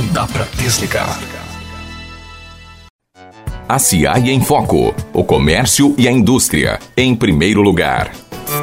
Não dá pra desligar. ACI em Foco. O comércio e a indústria, em primeiro lugar.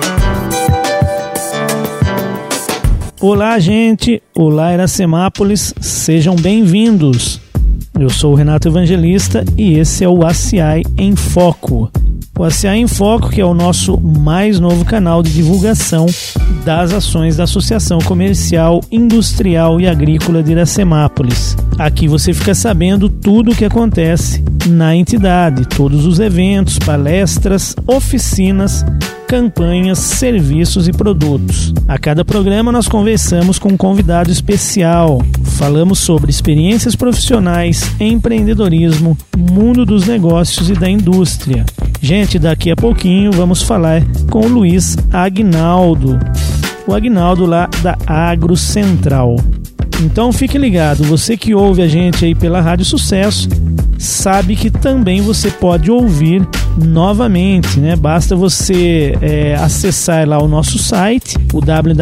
Olá, gente. Olá, Iracemápolis. Sejam bem-vindos. Eu sou o Renato Evangelista e esse é o ACI em Foco. O ACI em Foco, que é o nosso mais novo canal de divulgação das ações da Associação Comercial, Industrial e Agrícola de Iracemápolis. Aqui você fica sabendo tudo o que acontece na entidade, todos os eventos, palestras, oficinas, campanhas, serviços e produtos. A cada programa nós conversamos com um convidado especial. Falamos sobre experiências profissionais, empreendedorismo, mundo dos negócios e da indústria. Gente, daqui a pouquinho vamos falar com o Luiz Aguinaldo. O Aguinaldo lá da Agro Central. Então fique ligado, você que ouve a gente aí pela Rádio Sucesso, sabe que também você pode ouvir novamente, né? Basta você acessar lá o nosso site, o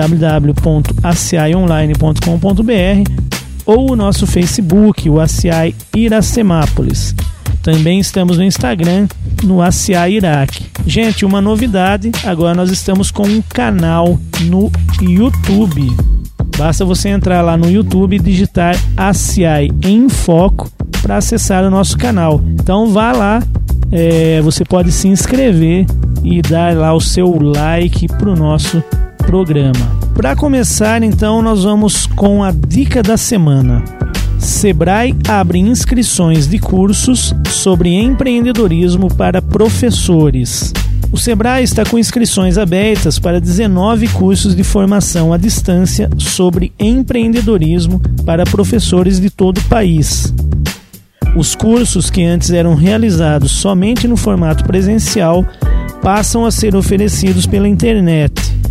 www.acionline.com.br, ou o nosso Facebook, o ACI Iracemápolis. Também estamos no Instagram, no ACI Iraque. Gente, uma novidade, agora nós estamos com um canal no YouTube. Basta você entrar lá no YouTube e digitar ACI em Foco para acessar o nosso canal. Então vá lá, você pode se inscrever e dar lá o seu like para o nosso programa. Para começar, então, nós vamos com a dica da semana. Sebrae abre inscrições de cursos sobre empreendedorismo para professores. O Sebrae está com inscrições abertas para 19 cursos de formação à distância sobre empreendedorismo para professores de todo o país. Os cursos que antes eram realizados somente no formato presencial passam a ser oferecidos pela internet.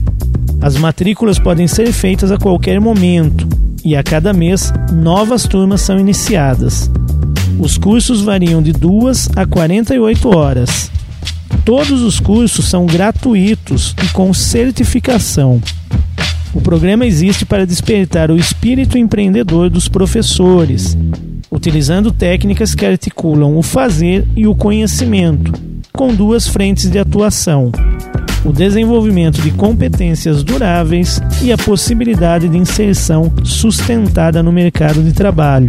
As matrículas podem ser feitas a qualquer momento e a cada mês novas turmas são iniciadas. Os cursos variam de 2 a 48 horas. Todos os cursos são gratuitos e com certificação. O programa existe para despertar o espírito empreendedor dos professores, utilizando técnicas que articulam o fazer e o conhecimento, com 2 frentes de atuação: o desenvolvimento de competências duráveis e a possibilidade de inserção sustentada no mercado de trabalho.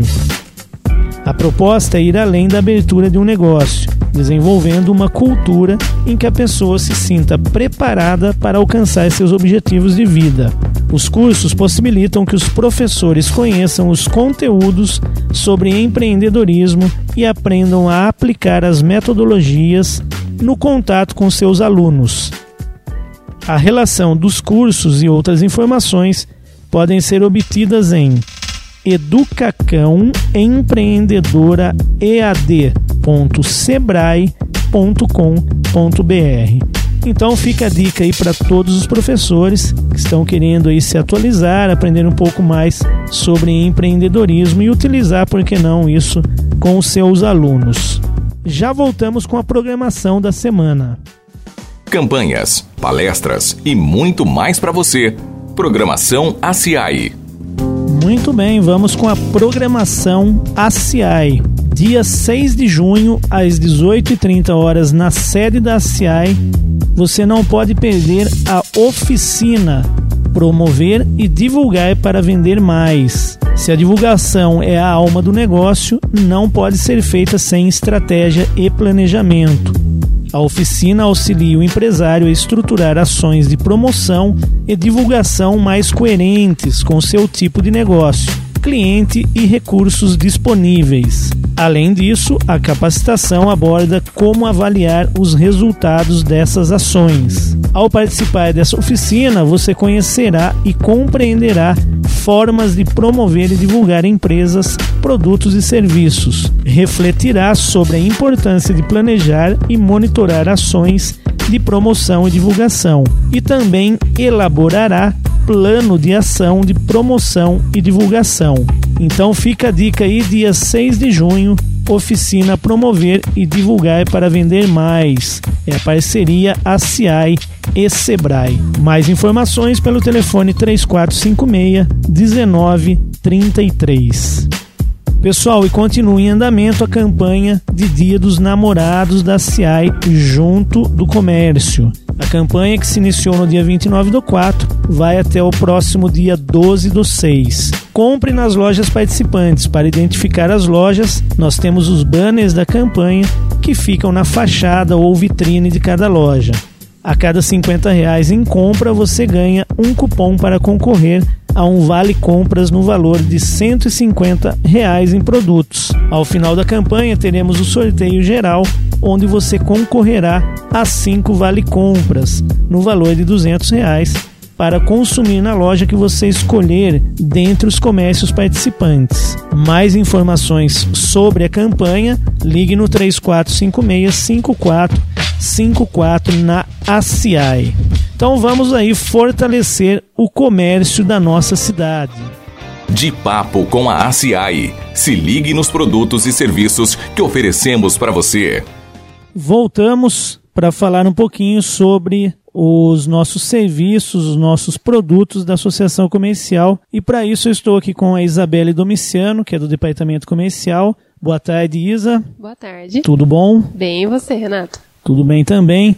A proposta é ir além da abertura de um negócio, desenvolvendo uma cultura em que a pessoa se sinta preparada para alcançar seus objetivos de vida. Os cursos possibilitam que os professores conheçam os conteúdos sobre empreendedorismo e aprendam a aplicar as metodologias no contato com seus alunos. A relação dos cursos e outras informações podem ser obtidas em educacãoempreendedora.sebrae.com.br. Então fica a dica aí para todos os professores que estão querendo aí se atualizar, aprender um pouco mais sobre empreendedorismo e utilizar, por que não, isso com os seus alunos. Já voltamos com a programação da semana. Campanhas, palestras e muito mais para você. Programação ACI. Muito bem, vamos com a programação ACI. Dia 6 de junho, às 18h30 na sede da ACI, você não pode perder a oficina Promover e Divulgar para Vender Mais. Se a divulgação é a alma do negócio, não pode ser feita sem estratégia e planejamento. A oficina auxilia o empresário a estruturar ações de promoção e divulgação mais coerentes com seu tipo de negócio, cliente e recursos disponíveis. Além disso, a capacitação aborda como avaliar os resultados dessas ações. Ao participar dessa oficina, você conhecerá e compreenderá formas de promover e divulgar empresas, produtos e serviços. Refletirá sobre a importância de planejar e monitorar ações de promoção e divulgação. E também elaborará plano de ação de promoção e divulgação. Então fica a dica aí, dia 6 de junho, oficina Promover e Divulgar para Vender Mais. É a parceria ACI e Sebrae. Mais informações pelo telefone 3456-1933. Pessoal, e continua em andamento a campanha de Dia dos Namorados da CIAI junto do comércio. A campanha, que se iniciou no dia 29/4, vai até o próximo dia 12/6. Compre nas lojas participantes. Para identificar as lojas, nós temos os banners da campanha que ficam na fachada ou vitrine de cada loja. A cada R$50 em compra, você ganha um cupom para concorrer a um vale compras no valor de R$150 em produtos. Ao final da campanha, teremos o sorteio geral, onde você concorrerá a 5 vale compras no valor de R$200 para consumir na loja que você escolher dentre os comércios participantes. Mais informações sobre a campanha, ligue no 3456-5454 na ACIAI. Então vamos aí fortalecer o comércio da nossa cidade. De Papo com a ACIAI. Se ligue nos produtos e serviços que oferecemos para você. Voltamos para falar um pouquinho sobre os nossos serviços, os nossos produtos da Associação Comercial. E para isso eu estou aqui com a Isabelle Domiciano, que é do Departamento Comercial. Boa tarde, Isa. Boa tarde. Tudo bom? Bem, e você, Renato? Tudo bem também.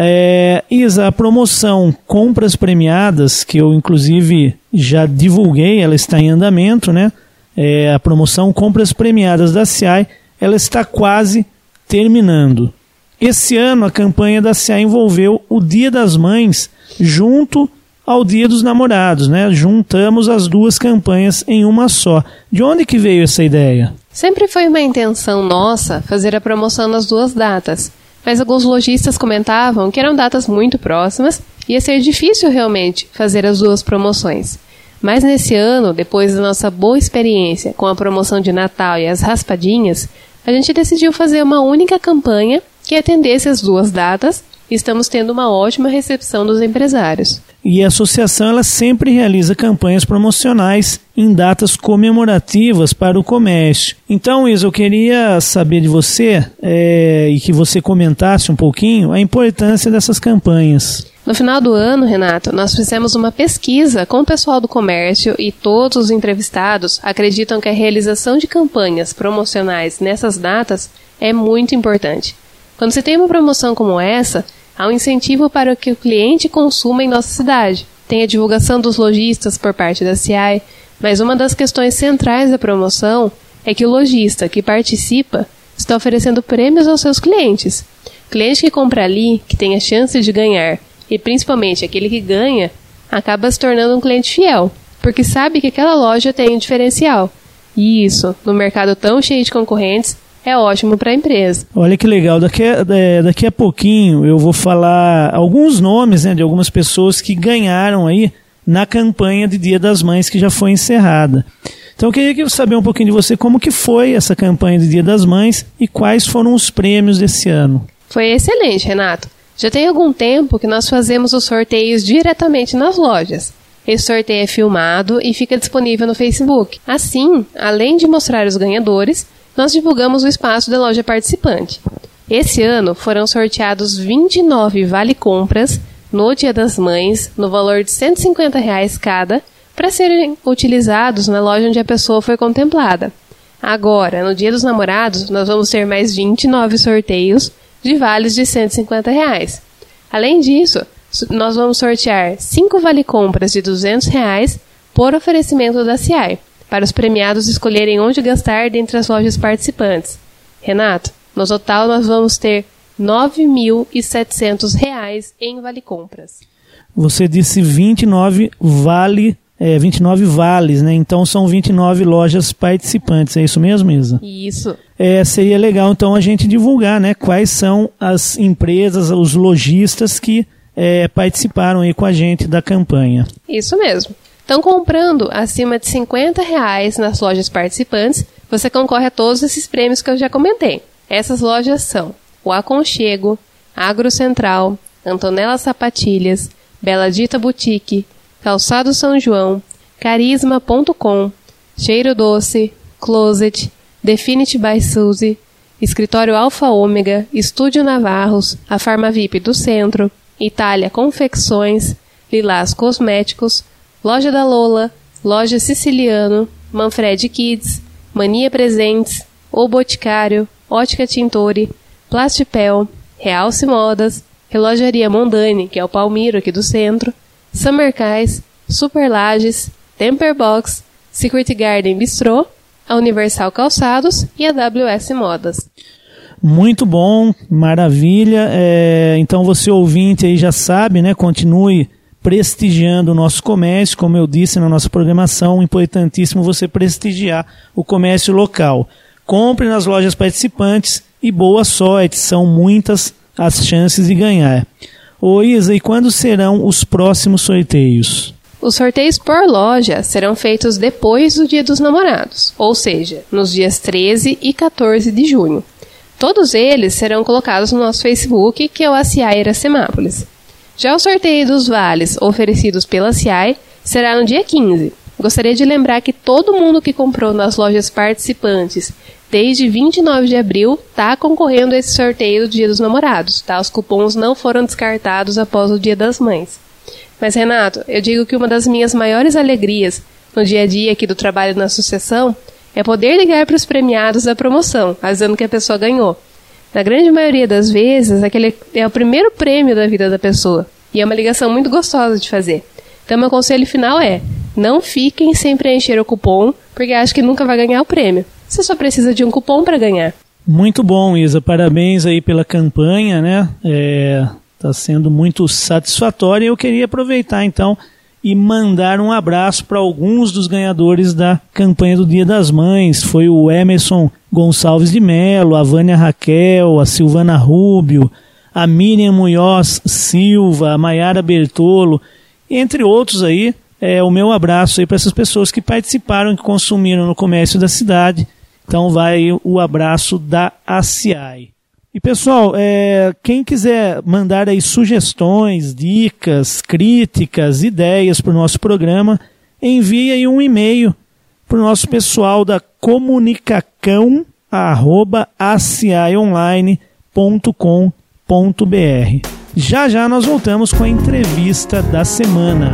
Isa, a promoção Compras Premiadas, que eu inclusive já divulguei, ela está em andamento, né? A promoção Compras Premiadas da CIAI, ela está quase terminando. Esse ano a campanha da CIAI envolveu o Dia das Mães junto ao Dia dos Namorados, né? Juntamos as duas campanhas em uma só. De onde que veio essa ideia? Sempre foi uma intenção nossa fazer a promoção nas duas datas, mas alguns lojistas comentavam que eram datas muito próximas e ia ser difícil realmente fazer as duas promoções. Mas nesse ano, depois da nossa boa experiência com a promoção de Natal e as raspadinhas, a gente decidiu fazer uma única campanha que atendesse as duas datas e estamos tendo uma ótima recepção dos empresários. E a associação ela sempre realiza campanhas promocionais em datas comemorativas para o comércio. Então, Isa, eu queria saber de você e que você comentasse um pouquinho a importância dessas campanhas. No final do ano, Renato, nós fizemos uma pesquisa com o pessoal do comércio e todos os entrevistados acreditam que a realização de campanhas promocionais nessas datas é muito importante. Quando você tem uma promoção como essa, há um incentivo para que o cliente consuma em nossa cidade. Tem a divulgação dos lojistas por parte da CIAI, mas uma das questões centrais da promoção é que o lojista que participa está oferecendo prêmios aos seus clientes. O cliente que compra ali, que tem a chance de ganhar, e principalmente aquele que ganha, acaba se tornando um cliente fiel, porque sabe que aquela loja tem um diferencial. E isso, no mercado tão cheio de concorrentes, é ótimo para a empresa. Olha que legal, daqui a pouquinho eu vou falar alguns nomes, né, de algumas pessoas que ganharam aí na campanha de Dia das Mães que já foi encerrada. Então eu queria saber um pouquinho de você como que foi essa campanha de Dia das Mães e quais foram os prêmios desse ano. Foi excelente, Renato. Já tem algum tempo que nós fazemos os sorteios diretamente nas lojas. Esse sorteio é filmado e fica disponível no Facebook. Assim, além de mostrar os ganhadores, nós divulgamos o espaço da loja participante. Esse ano foram sorteados 29 vale-compras no Dia das Mães, no valor de R$150 cada, para serem utilizados na loja onde a pessoa foi contemplada. Agora, no Dia dos Namorados, nós vamos ter mais 29 sorteios de vales de R$150. Além disso, nós vamos sortear 5 vale-compras de R$200 por oferecimento da CIAI, para os premiados escolherem onde gastar dentre as lojas participantes. Renato, no total nós vamos ter R$9.700 em vale-compras. Você disse 29 vales, né? Então são 29 lojas participantes, é isso mesmo, Isa? Isso. Seria legal então a gente divulgar, né, quais são as empresas, os lojistas que participaram aí com a gente da campanha. Isso mesmo. Então, comprando acima de R$50 nas lojas participantes, você concorre a todos esses prêmios que eu já comentei. Essas lojas são o Aconchego, Agro Central, Antonella Sapatilhas, Bela Dita Boutique, Calçado São João, Carisma.com, Cheiro Doce, Closet, Definity by Suzy, Escritório Alfa Ômega, Estúdio Navarros, a Farmavip do Centro, Itália Confecções, Lilás Cosméticos, Loja da Lola, Loja Siciliano, Manfred Kids, Mania Presentes, O Boticário, Ótica Tintori, Plastipel, Realce Modas, Relojaria Mondani, que é o Palmiro aqui do centro, Summercais, Super Lages, Temper Box, Secret Garden Bistrô, a Universal Calçados e a WS Modas. Muito bom, maravilha. Então você ouvinte aí já sabe, né? Continue prestigiando o nosso comércio. Como eu disse na nossa programação, importantíssimo você prestigiar o comércio local. Compre nas lojas participantes e boa sorte, são muitas as chances de ganhar. Ô Isa, e quando serão os próximos sorteios? Os sorteios por loja serão feitos depois do Dia dos Namorados, ou seja, nos dias 13 e 14 de junho. Todos eles serão colocados no nosso Facebook, que é o ACI Iracemápolis. Já o sorteio dos vales oferecidos pela ACI será no dia 15. Gostaria de lembrar que todo mundo que comprou nas lojas participantes desde 29 de abril está concorrendo a esse sorteio do Dia dos Namorados, tá? Os cupons não foram descartados após o Dia das Mães. Mas, Renato, eu digo que uma das minhas maiores alegrias no dia a dia aqui do trabalho na associação é poder ligar para os premiados da promoção, avisando que a pessoa ganhou. Na grande maioria das vezes, aquele é o primeiro prêmio da vida da pessoa, e é uma ligação muito gostosa de fazer. Então, meu conselho final é: não fiquem sem preencher o cupom, porque acho que nunca vai ganhar o prêmio. Você só precisa de um cupom para ganhar. Muito bom, Isa. Parabéns aí pela campanha, né? Está sendo muito satisfatória. Eu queria aproveitar, então, e mandar um abraço para alguns dos ganhadores da campanha do Dia das Mães. Foi o Emerson Gonçalves de Melo, a Vânia Raquel, a Silvana Rubio, a Miriam Munhoz Silva, a Maiara Bertolo, entre outros aí. O meu abraço aí para essas pessoas que participaram, que consumiram no comércio da cidade. Então vai o abraço da ACI. E pessoal, quem quiser mandar aí sugestões, dicas, críticas, ideias para o nosso programa, envie aí um e-mail para o nosso pessoal da comunicacão@acionline.com.br. Já já nós voltamos com a entrevista da semana.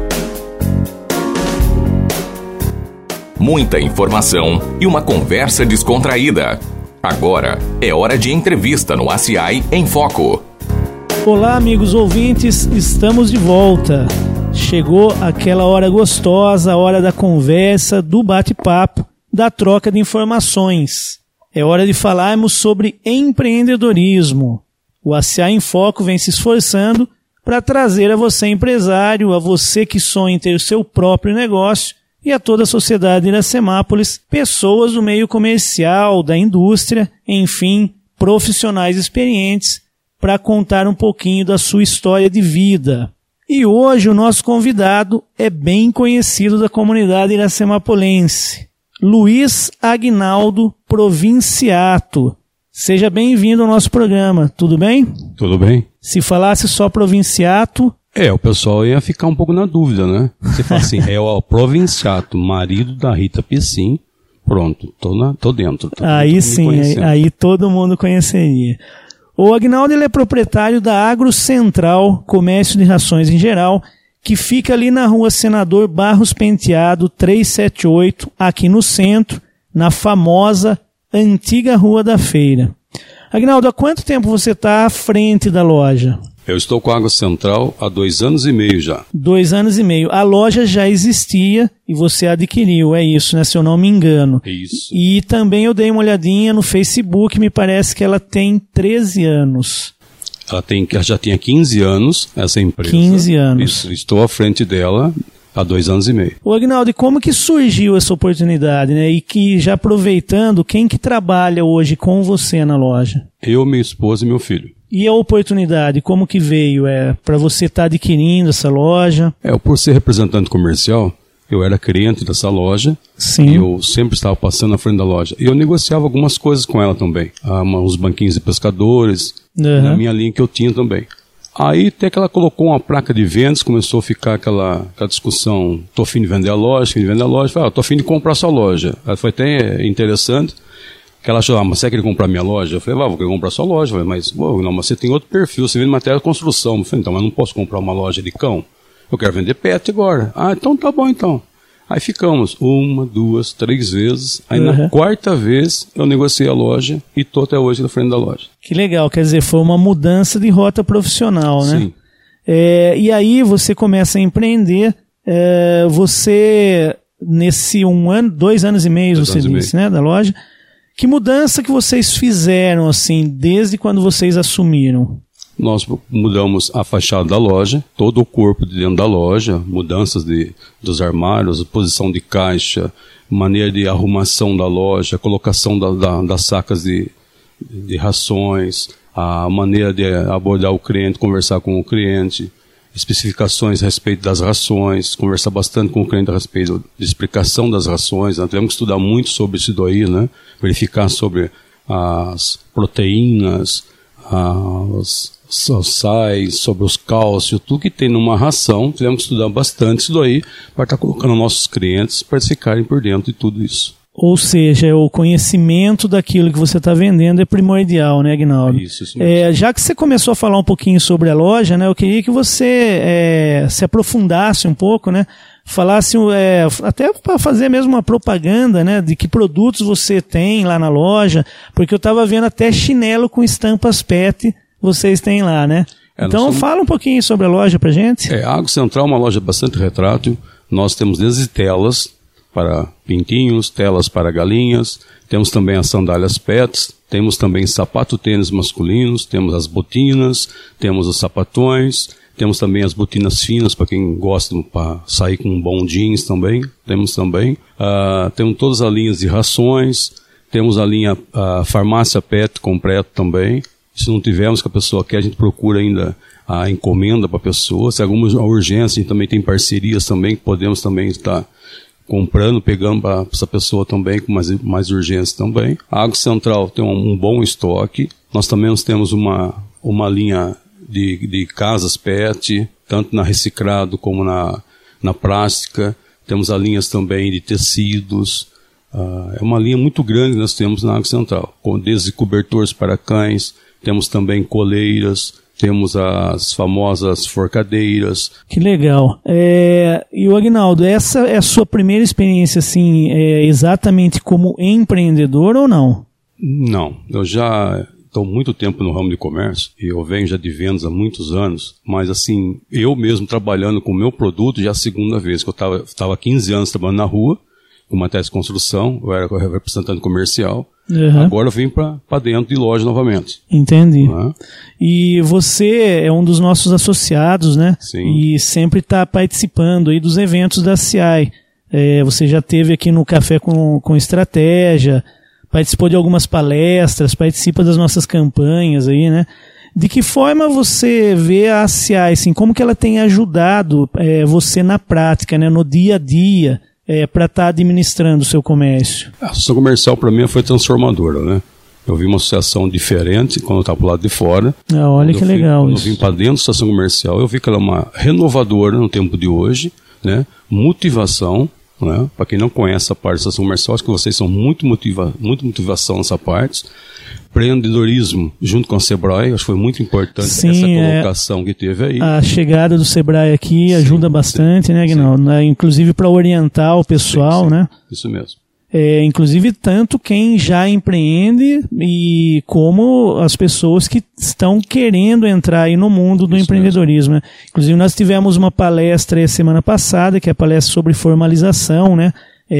Muita informação e uma conversa descontraída. Agora é hora de entrevista no ACI em Foco. Olá, amigos ouvintes, estamos de volta. Chegou aquela hora gostosa, a hora da conversa, do bate-papo, da troca de informações. É hora de falarmos sobre empreendedorismo. O ACI em Foco vem se esforçando para trazer a você, empresário, a você que sonha em ter o seu próprio negócio, e a toda a sociedade de Iracemápolis, pessoas do meio comercial, da indústria, enfim, profissionais experientes, para contar um pouquinho da sua história de vida. E hoje o nosso convidado é bem conhecido da comunidade iracemapolense, Luiz Aguinaldo Provinciato. Seja bem-vindo ao nosso programa, tudo bem? Tudo bem. Se falasse só Provinciato... o pessoal ia ficar um pouco na dúvida, né? Você fala assim, é o Provinciato, marido da Rita Pessim, pronto, tô dentro. Aí sim, aí todo mundo conheceria. O Aguinaldo, ele é proprietário da Agro Central, comércio de rações em geral, que fica ali na rua Senador Barros Penteado, 378, aqui no centro, na famosa antiga Rua da Feira. Aguinaldo, há quanto tempo você está à frente da loja? Eu estou com a Água Central há 2 anos e meio já. 2 anos e meio. A loja já existia e você adquiriu, é isso, né? Se eu não me engano. Isso. E também eu dei uma olhadinha no Facebook, me parece que ela tem 13 anos. Ela já tinha 15 anos, essa empresa. 15 anos. Isso, estou à frente dela há 2 anos e meio. Ô Aguinaldo, e como que surgiu essa oportunidade, né? E que, já aproveitando, quem que trabalha hoje com você na loja? Eu, minha esposa e meu filho. E a oportunidade, como que veio? Para você estar adquirindo essa loja? Por ser representante comercial, eu era cliente dessa loja. Sim. E eu sempre estava passando na frente da loja. E eu negociava algumas coisas com ela também. Uns banquinhos de pescadores, na minha linha que eu tinha também. Aí até que ela colocou uma placa de vendas, começou a ficar aquela discussão, tô afim de vender a loja, falei, tô afim de comprar a sua loja. Aí foi até interessante. Que ela achou, mas você quer comprar minha loja? Eu falei, vou querer comprar sua loja. Eu falei, mas você tem outro perfil, você vende matéria de construção. Eu falei, então, mas não posso comprar uma loja de cão? Eu quero vender pet agora. Então tá bom então. Aí ficamos 1, 2, 3 vezes. Aí na quarta vez eu negociei a loja e estou até hoje na frente da loja. Que legal, quer dizer, foi uma mudança de rota profissional, né? Sim. E aí você começa a empreender, você nesse 2 anos e meio, você disse, né, da loja. Que mudança que vocês fizeram, assim, desde quando vocês assumiram? Nós mudamos a fachada da loja, todo o corpo de dentro da loja, mudanças dos armários, posição de caixa, maneira de arrumação da loja, colocação das sacas de rações, a maneira de abordar o cliente, conversar com o cliente, especificações a respeito das rações, conversar bastante com o cliente a respeito de explicação das rações. Nós tivemos que estudar muito sobre isso daí, né? Verificar sobre as proteínas, os sais, sobre os cálcios, tudo que tem numa ração. Tivemos que estudar bastante isso daí para estar colocando nossos clientes para ficarem por dentro de tudo isso. Ou seja, o conhecimento daquilo que você está vendendo é primordial, né, Aguinaldo? Isso mesmo. Já que você começou a falar um pouquinho sobre a loja, né, eu queria que você se aprofundasse um pouco, né, falasse até para fazer mesmo uma propaganda, né, de que produtos você tem lá na loja, porque eu estava vendo até chinelo com estampas PET vocês têm lá, né? Então fala um pouquinho sobre a loja pra gente. A Água Central é uma loja bastante retrátil. Nós temos desde telas para pintinhos, telas para galinhas, temos também as sandálias pets, temos também sapato tênis masculinos, temos as botinas, temos os sapatões, temos também as botinas finas para quem gosta para sair com um bom jeans também, temos também. Temos todas as linhas de rações, temos a linha farmácia pet completa também. Se não tivermos que a pessoa quer, a gente procura ainda a encomenda para a pessoa. Se alguma urgência, a gente também tem parcerias também, que podemos também estar comprando, pegando para essa pessoa também, com mais urgência também. A Água Central tem um bom estoque. Nós também temos uma linha de casas PET, tanto na reciclado como na plástica. Temos as linhas também de tecidos. É uma linha muito grande que nós temos na Água Central, desde cobertores para cães, temos também coleiras, temos as famosas forcadeiras. Que legal. E o Aguinaldo, essa é a sua primeira experiência assim, exatamente como empreendedor ou não? Não, eu já estou muito tempo no ramo de comércio e eu venho já de vendas há muitos anos, mas assim, eu mesmo trabalhando com o meu produto já é a segunda vez, que eu estava 15 anos trabalhando na rua, com matéria de construção, eu era representante comercial. Agora eu vim para dentro de loja novamente. Entendi. E você é um dos nossos associados, né? Sim. E sempre está participando aí dos eventos da CI. Você já esteve aqui no Café com Estratégia, participou de algumas palestras, participa das nossas campanhas aí, né? De que forma você vê a CI, assim, como que ela tem ajudado você na prática, né? No dia a dia, para estar administrando o seu comércio? A associação comercial para mim foi transformadora, né? Eu vi uma associação diferente quando eu estava pro lado de fora. Olha que legal quando isso. Eu vim para dentro da associação comercial, eu vi que ela é uma renovadora no tempo de hoje, né? Motivação, né? Para quem não conhece a parte da associação comercial, acho que vocês são muito motivação nessa parte. Empreendedorismo junto com a Sebrae, acho que foi muito importante. Sim, essa colocação que teve aí. A chegada do Sebrae aqui ajuda bastante, né, Aguinaldo? Inclusive para orientar o pessoal, sim. Né? Isso mesmo. Inclusive tanto quem já empreende e como as pessoas que estão querendo entrar aí no mundo do empreendedorismo, né? Inclusive nós tivemos uma palestra semana passada, que é a palestra sobre formalização, né?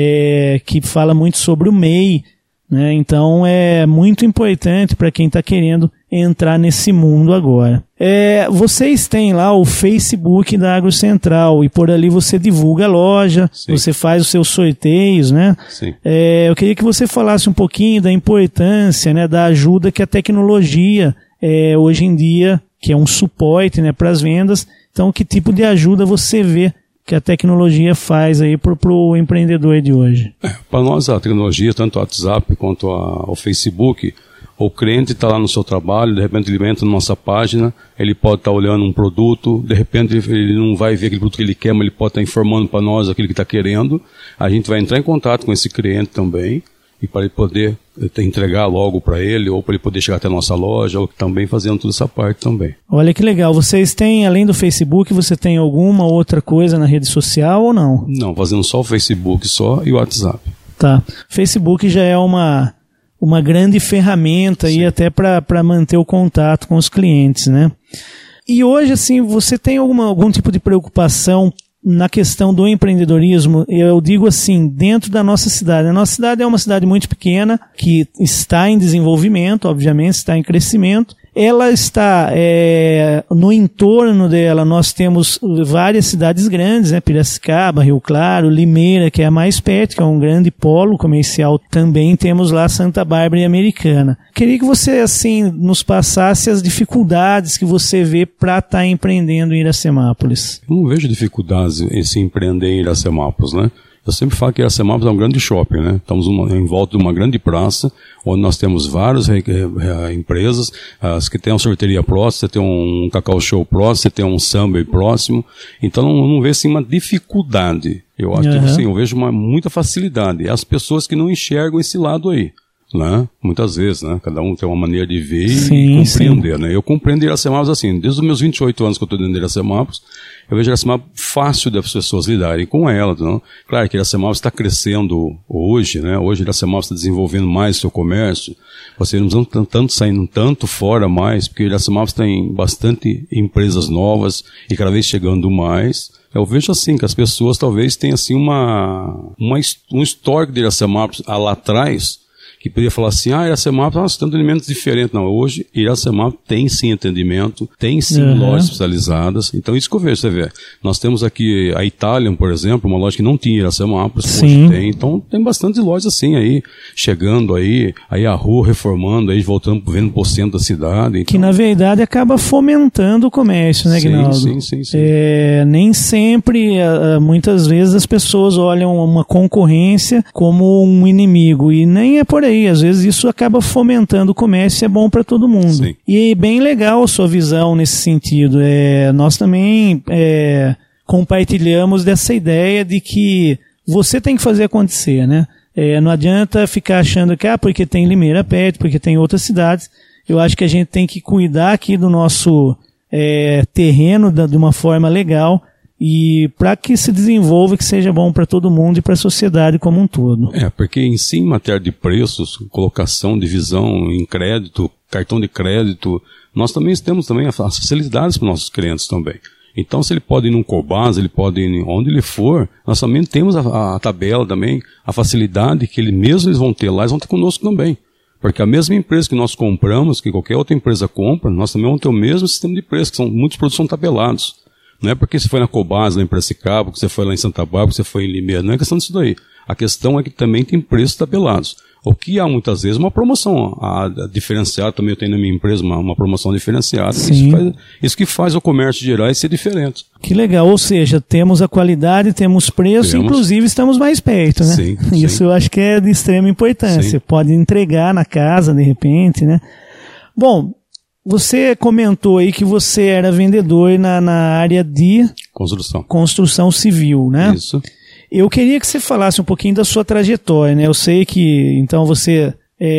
Que fala muito sobre o MEI, né? Então é muito importante para quem está querendo entrar nesse mundo agora. Vocês têm lá o Facebook da Água Central e por ali você divulga a loja, sim. Você faz os seus sorteios, né? Sim. Eu queria que você falasse um pouquinho da importância, né, da ajuda que a tecnologia hoje em dia, que é um suporte, né, para as vendas. Então, que tipo de ajuda você vê que a tecnologia faz aí pro empreendedor de hoje? Para nós a tecnologia, tanto o WhatsApp quanto o Facebook, o cliente está lá no seu trabalho, de repente ele entra na nossa página, ele pode estar olhando um produto, de repente ele não vai ver aquele produto que ele quer, mas ele pode estar informando para nós aquilo que está querendo. A gente vai entrar em contato com esse cliente também e para ele poder entregar logo para ele, ou para ele poder chegar até a nossa loja, ou também fazendo toda essa parte também. Olha que legal, vocês têm, além do Facebook, você tem alguma outra coisa na rede social ou não? Não, fazendo só o Facebook só e o WhatsApp. Tá, Facebook já é uma grande ferramenta aí até para manter o contato com os clientes, né? E hoje, assim, você tem algum tipo de preocupação na questão do empreendedorismo? Eu digo assim, dentro da nossa cidade. A nossa cidade é uma cidade muito pequena, que está em desenvolvimento, obviamente, está em crescimento. Ela está, no entorno dela, nós temos várias cidades grandes, né? Piracicaba, Rio Claro, Limeira, que é a mais perto, que é um grande polo comercial. Também temos lá Santa Bárbara e Americana. Queria que você, assim, nos passasse as dificuldades que você vê para estar empreendendo em Iracemápolis. Eu não vejo dificuldades em se empreender em Iracemápolis, né? Eu sempre falo que Iracemápolis é um grande shopping, né? Estamos em volta de uma grande praça, onde nós temos várias empresas, que tem uma sorveteria próxima, você tem um Cacau Show próximo, você tem um Subway próximo. Então não vejo assim uma dificuldade. Eu acho que assim, eu vejo muita facilidade. As pessoas que não enxergam esse lado aí, né? Muitas vezes, né? Cada um tem uma maneira de ver e compreender, né? Eu compreendo Iracemápolis assim, desde os meus 28 anos que eu estou dentro de Iracemápolis, eu vejo Iracemápolis fácil das pessoas lidarem com ela, não? Claro que Iracemápolis está crescendo hoje, né? Hoje Iracemápolis está desenvolvendo mais o seu comércio, você não está saindo tanto fora mais, porque Iracemápolis tem bastante empresas novas e cada vez chegando mais. Eu vejo assim, que as pessoas talvez tenham assim um histórico de Iracemápolis lá atrás, que poderia falar assim, Iracemápolis, tem atendimentos diferentes. Não, hoje Iracemápolis tem sim atendimento, tem sim lojas especializadas. Então isso que eu vejo, você vê. Nós temos aqui a Italian, por exemplo, uma loja que não tinha Iracemápolis, hoje tem. Então tem bastante lojas assim aí, chegando aí a rua reformando, aí voltando, vendo por cento da cidade. Então... Que na verdade acaba fomentando o comércio, né, Guinaldo? Sim. Nem sempre, muitas vezes as pessoas olham uma concorrência como um inimigo, e nem é por aí. Às vezes isso acaba fomentando o comércio e é bom para todo mundo. Sim. E é bem legal a sua visão nesse sentido. Nós também compartilhamos dessa ideia de que você tem que fazer acontecer, né? Não adianta ficar achando que porque tem Limeira perto, porque tem outras cidades. Eu acho que a gente tem que cuidar aqui do nosso terreno de uma forma legal, e para que se desenvolva, que seja bom para todo mundo e para a sociedade como um todo. Porque em si, em matéria de preços, colocação, divisão em crédito, cartão de crédito, nós também temos também as facilidades para os nossos clientes também. Então, se ele pode ir num Cobasa, ele pode ir onde ele for, nós também temos a tabela também, a facilidade que eles vão ter lá, eles vão ter conosco também. Porque a mesma empresa que nós compramos, que qualquer outra empresa compra, nós também vamos ter o mesmo sistema de preço, que muitos produtos são tabelados. Não é porque você foi na Cobasa, lá em Piracicaba, que você foi lá em Santa Bárbara, que você foi em Limeira, não é questão disso daí. A questão é que também tem preços tabelados. O que há muitas vezes uma promoção diferenciada, também eu tenho na minha empresa uma promoção diferenciada. Isso que faz o comércio geral ser diferente. Que legal, ou seja, temos a qualidade, temos preço, inclusive estamos mais perto, né? Sim. Isso eu acho que é de extrema importância. Pode entregar na casa, de repente, né? Bom, você comentou aí que você era vendedor na área de construção civil, né? Isso. Eu queria que você falasse um pouquinho da sua trajetória, né? Eu sei que então você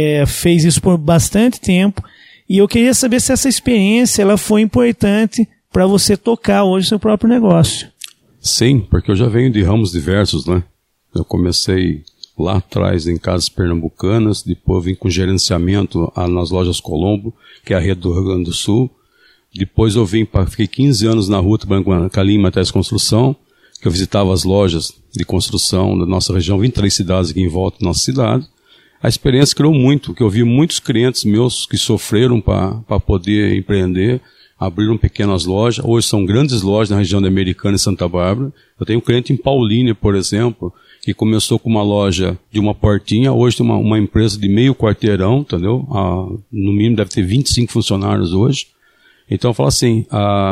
fez isso por bastante tempo, e eu queria saber se essa experiência ela foi importante para você tocar hoje o seu próprio negócio. Sim, porque eu já venho de ramos diversos, né? Eu comecei lá atrás em casas pernambucanas, depois vim com gerenciamento nas lojas Colombo, que é a rede do Rio Grande do Sul. Depois eu fiquei 15 anos na rua trabalhando com a Calim Materiais de Construção, que eu visitava as lojas de construção da nossa região, 23 cidades aqui em volta da nossa cidade. A experiência criou muito, que eu vi muitos clientes meus que sofreram para poder empreender, abriram pequenas lojas, hoje são grandes lojas na região da Americana e Santa Bárbara. Eu tenho um cliente em Paulínia, por exemplo, que começou com uma loja de uma portinha, hoje tem uma empresa de meio quarteirão, entendeu? No mínimo deve ter 25 funcionários hoje. Então eu falo assim,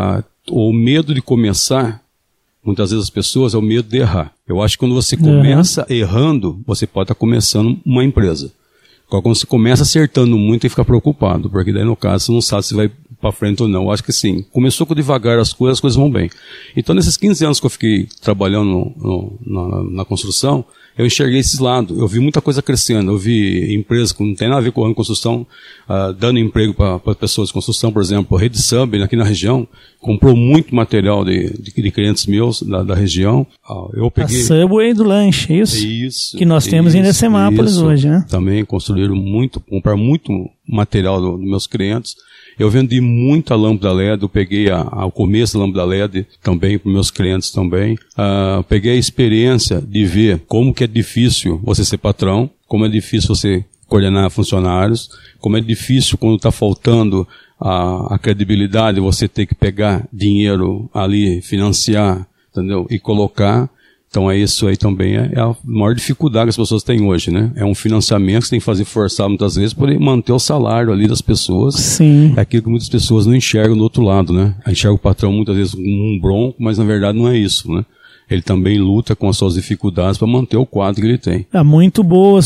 o medo de começar, muitas vezes as pessoas, é o medo de errar. Eu acho que quando você começa errando, você pode estar começando uma empresa. Quando você começa acertando muito, tem que ficar preocupado, porque daí no caso você não sabe se vai para frente ou não. Eu acho que sim, começou com devagar as coisas vão bem. Então nesses 15 anos que eu fiquei trabalhando na construção, eu enxerguei esses lados. Eu vi muita coisa crescendo. Eu vi empresas que não tem nada a ver com a construção, dando emprego para pessoas de construção. Por exemplo, a Rede Sub, aqui na região, comprou muito material de clientes meus da região. Eu peguei... A Subway do lanche, isso? Isso. Que nós temos em Iracemápolis hoje, né? Também construíram compraram muito material dos meus clientes. Eu vendi muita lâmpada LED, eu peguei o começo da lâmpada LED também para meus clientes também. Peguei a experiência de ver como que é difícil você ser patrão, como é difícil você coordenar funcionários, como é difícil quando está faltando a credibilidade, você ter que pegar dinheiro ali, financiar, entendeu? E colocar. Então isso aí também é a maior dificuldade que as pessoas têm hoje, né? É um financiamento que você tem que fazer forçar muitas vezes para manter o salário ali das pessoas. Sim. É aquilo que muitas pessoas não enxergam do outro lado, né? Enxerga o patrão muitas vezes como um bronco, mas na verdade não é isso, né? Ele também luta com as suas dificuldades para manter o quadro que ele tem. Muito boa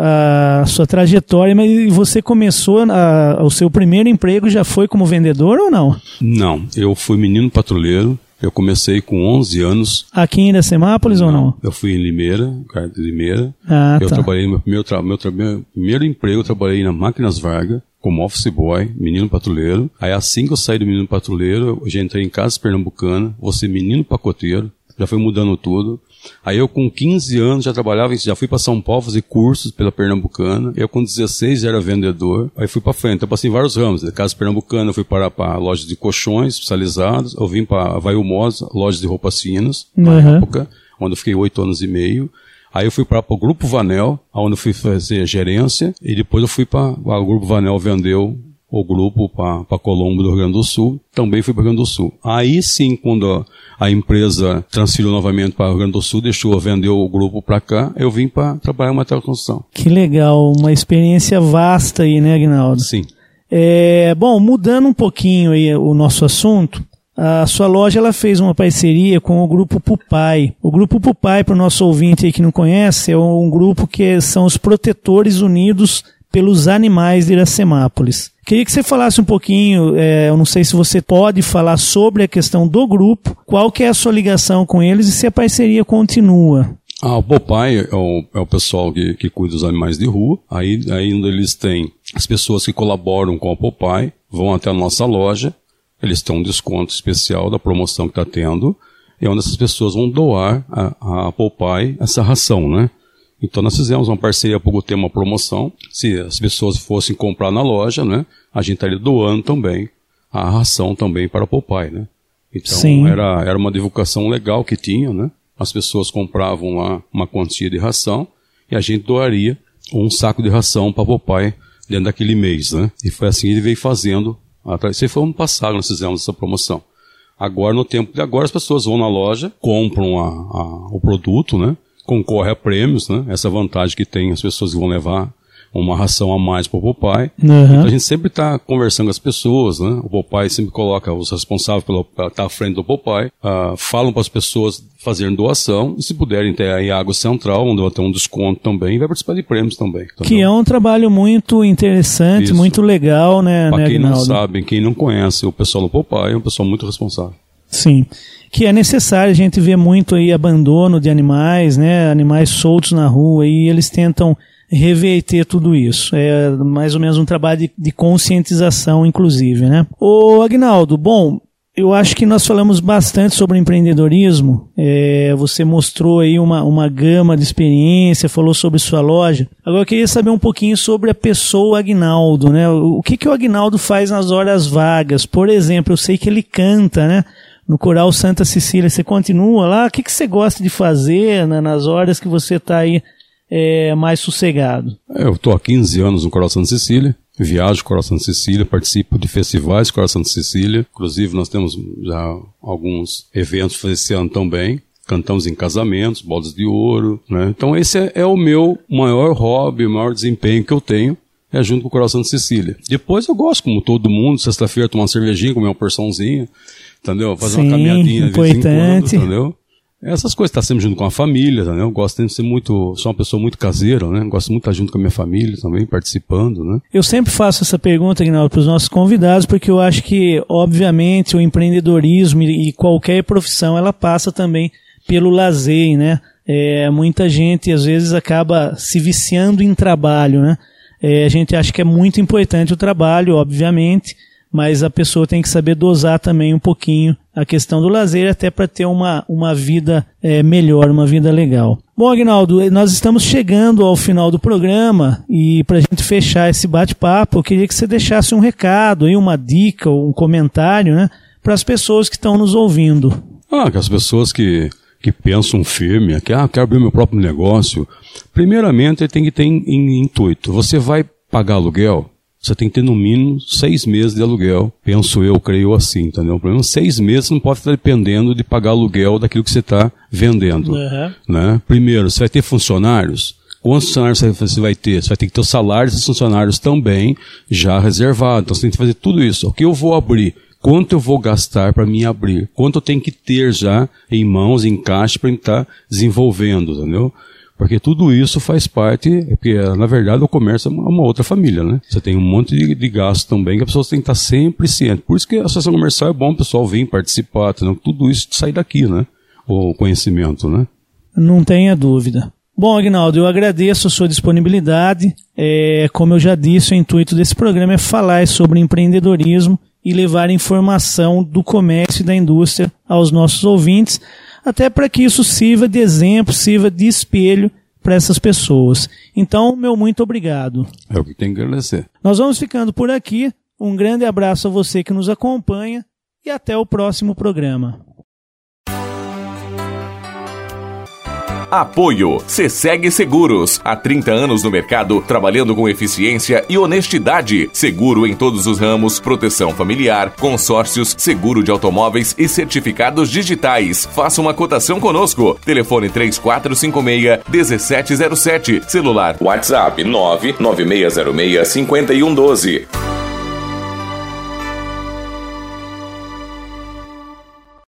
a sua trajetória, mas você começou, o seu primeiro emprego já foi como vendedor ou não? Não, eu fui menino patrulheiro. Eu comecei com 11 anos. Aqui em Iracemápolis ou não? Eu fui em Limeira, de Limeira. Eu trabalhei no meu primeiro emprego, eu trabalhei na Máquinas Vargas, como office boy, menino patrulheiro. Aí assim que eu saí do menino patrulheiro, eu já entrei em Casa Pernambucana, vou ser menino pacoteiro, já foi mudando tudo. Aí eu com 15 anos já trabalhava, já fui para São Paulo fazer cursos pela Pernambucana. Eu com 16 já era vendedor. Aí fui para frente, eu passei em vários ramos. Da Casa Pernambucana eu fui para lojas de colchões especializados. Eu vim para Vaiumosa, lojas de roupas finas, na época, onde eu fiquei 8 anos e meio. Aí eu fui para o Grupo Vanel, onde eu fui fazer gerência. E depois eu fui para o Grupo Vanel vendeu o grupo para Colombo do Rio Grande do Sul, também fui para o Rio Grande do Sul. Aí sim, quando a empresa transferiu novamente para o Rio Grande do Sul, vendeu o grupo para cá, eu vim para trabalhar em material de construção. Que legal, uma experiência vasta aí, né, Aguinaldo? Sim. Bom, mudando um pouquinho aí o nosso assunto, a sua loja ela fez uma parceria com o Grupo Pupai. O Grupo Pupai, para o nosso ouvinte aí que não conhece, é um grupo que são os Protetores Unidos pelos Animais de Iracemápolis. Queria que você falasse um pouquinho, eu não sei se você pode falar sobre a questão do grupo, qual que é a sua ligação com eles e se a parceria continua. O Pupai é o pessoal que cuida dos animais de rua. Aí onde eles têm as pessoas que colaboram com o Pupai, vão até a nossa loja, eles têm um desconto especial da promoção que está tendo, e onde essas pessoas vão doar a Pupai essa ração, né? Então nós fizemos uma parceria para ter uma promoção. Se as pessoas fossem comprar na loja, né, a gente estaria doando também a ração também para o Pupai, né? Então era uma divulgação legal que tinha, né? As pessoas compravam lá uma quantia de ração e a gente doaria um saco de ração para o Pupai dentro daquele mês, né? E foi assim que ele veio fazendo. Isso foi ano passado nós fizemos essa promoção. Agora, no tempo de agora, as pessoas vão na loja, compram o produto, né? Concorre a prêmios, né? Essa vantagem que tem, as pessoas vão levar uma ração a mais para o Pupai. Então a gente sempre está conversando com as pessoas, né? O Pupai sempre coloca os responsáveis para estar à frente do Pupai, falam para as pessoas fazerem doação, e se puderem ter aí a Água Central, onde vai ter um desconto também, e vai participar de prêmios também. Entendeu? Que é um trabalho muito interessante, isso, muito legal, né, para quem Aguinaldo? Não sabe, quem não conhece o pessoal do Pupai, é um pessoal muito responsável. Sim, que é necessário, a gente vê muito aí abandono de animais, né, animais soltos na rua, e eles tentam reverter tudo isso. É mais ou menos um trabalho de conscientização, inclusive, né? Ô Aguinaldo, bom, eu acho que nós falamos bastante sobre empreendedorismo, você mostrou aí uma gama de experiência, falou sobre sua loja. Agora eu queria saber um pouquinho sobre a pessoa Aguinaldo, né? O que o Aguinaldo faz nas horas vagas? Por exemplo, eu sei que ele canta, né? No Coral Santa Cecília, você continua lá? O que você gosta de fazer, né, nas horas que você está aí mais sossegado? Eu estou há 15 anos no Coral Santa Cecília, viajo Coral Santa Cecília, participo de festivais Coral Santa Cecília, inclusive nós temos já alguns eventos esse ano também, cantamos em casamentos, bodas de ouro, né? Então esse é o meu maior hobby, o maior desempenho que eu tenho, é junto com o Coral Santa Cecília. Depois eu gosto, como todo mundo, sexta-feira tomar uma cervejinha, comer uma porçãozinha, entendeu? Fazer uma caminhadinha de vez em quando, entendeu? Essas coisas, estar sempre junto com a família, entendeu? Eu gosto de ser sou uma pessoa muito caseira, né? Gosto muito de estar junto com a minha família também, participando, né? Eu sempre faço essa pergunta, Aguinaldo, para os nossos convidados, porque eu acho que, obviamente, o empreendedorismo e qualquer profissão, ela passa também pelo lazer, né? Muita gente às vezes acaba se viciando em trabalho, né? A gente acha que é muito importante o trabalho, obviamente, mas a pessoa tem que saber dosar também um pouquinho a questão do lazer, até para ter uma vida melhor, uma vida legal. Bom, Aguinaldo, nós estamos chegando ao final do programa e para a gente fechar esse bate-papo, eu queria que você deixasse um recado, aí, uma dica ou um comentário, né, para as pessoas que estão nos ouvindo. Que as pessoas que pensam firme, que quero abrir meu próprio negócio, primeiramente ele tem que ter em intuito. Você vai pagar aluguel? Você tem que ter no mínimo 6 meses de aluguel. Penso eu, creio assim, entendeu? Pelo menos 6 meses você não pode estar dependendo de pagar aluguel daquilo que você está vendendo. Né? Primeiro, você vai ter funcionários. Quantos funcionários você vai ter? Você vai ter que ter o salário desses funcionários também já reservado. Então você tem que fazer tudo isso. O que eu vou abrir? Quanto eu vou gastar para me abrir? Quanto eu tenho que ter já em mãos, em caixa, para estar desenvolvendo, entendeu? Porque tudo isso faz parte, porque na verdade o comércio é uma outra família, né? Você tem um monte de gasto também que a pessoa tem que estar sempre ciente. Por isso que a associação comercial é bom o pessoal vir participar, entendeu? Tudo isso sai daqui, né? O conhecimento, né? Não tenha dúvida. Bom, Aguinaldo, eu agradeço a sua disponibilidade. Como eu já disse, o intuito desse programa é falar sobre empreendedorismo e levar informação do comércio e da indústria aos nossos ouvintes, até para que isso sirva de exemplo, sirva de espelho para essas pessoas. Então, meu muito obrigado. É o que tem que agradecer. Nós vamos ficando por aqui. Um grande abraço a você que nos acompanha e até o próximo programa. Apoio Ceseg Seguros. Há 30 anos no mercado, trabalhando com eficiência e honestidade. Seguro em todos os ramos, proteção familiar, consórcios, seguro de automóveis e certificados digitais. Faça uma cotação conosco. Telefone 3456-1707. Celular WhatsApp 99606-5112.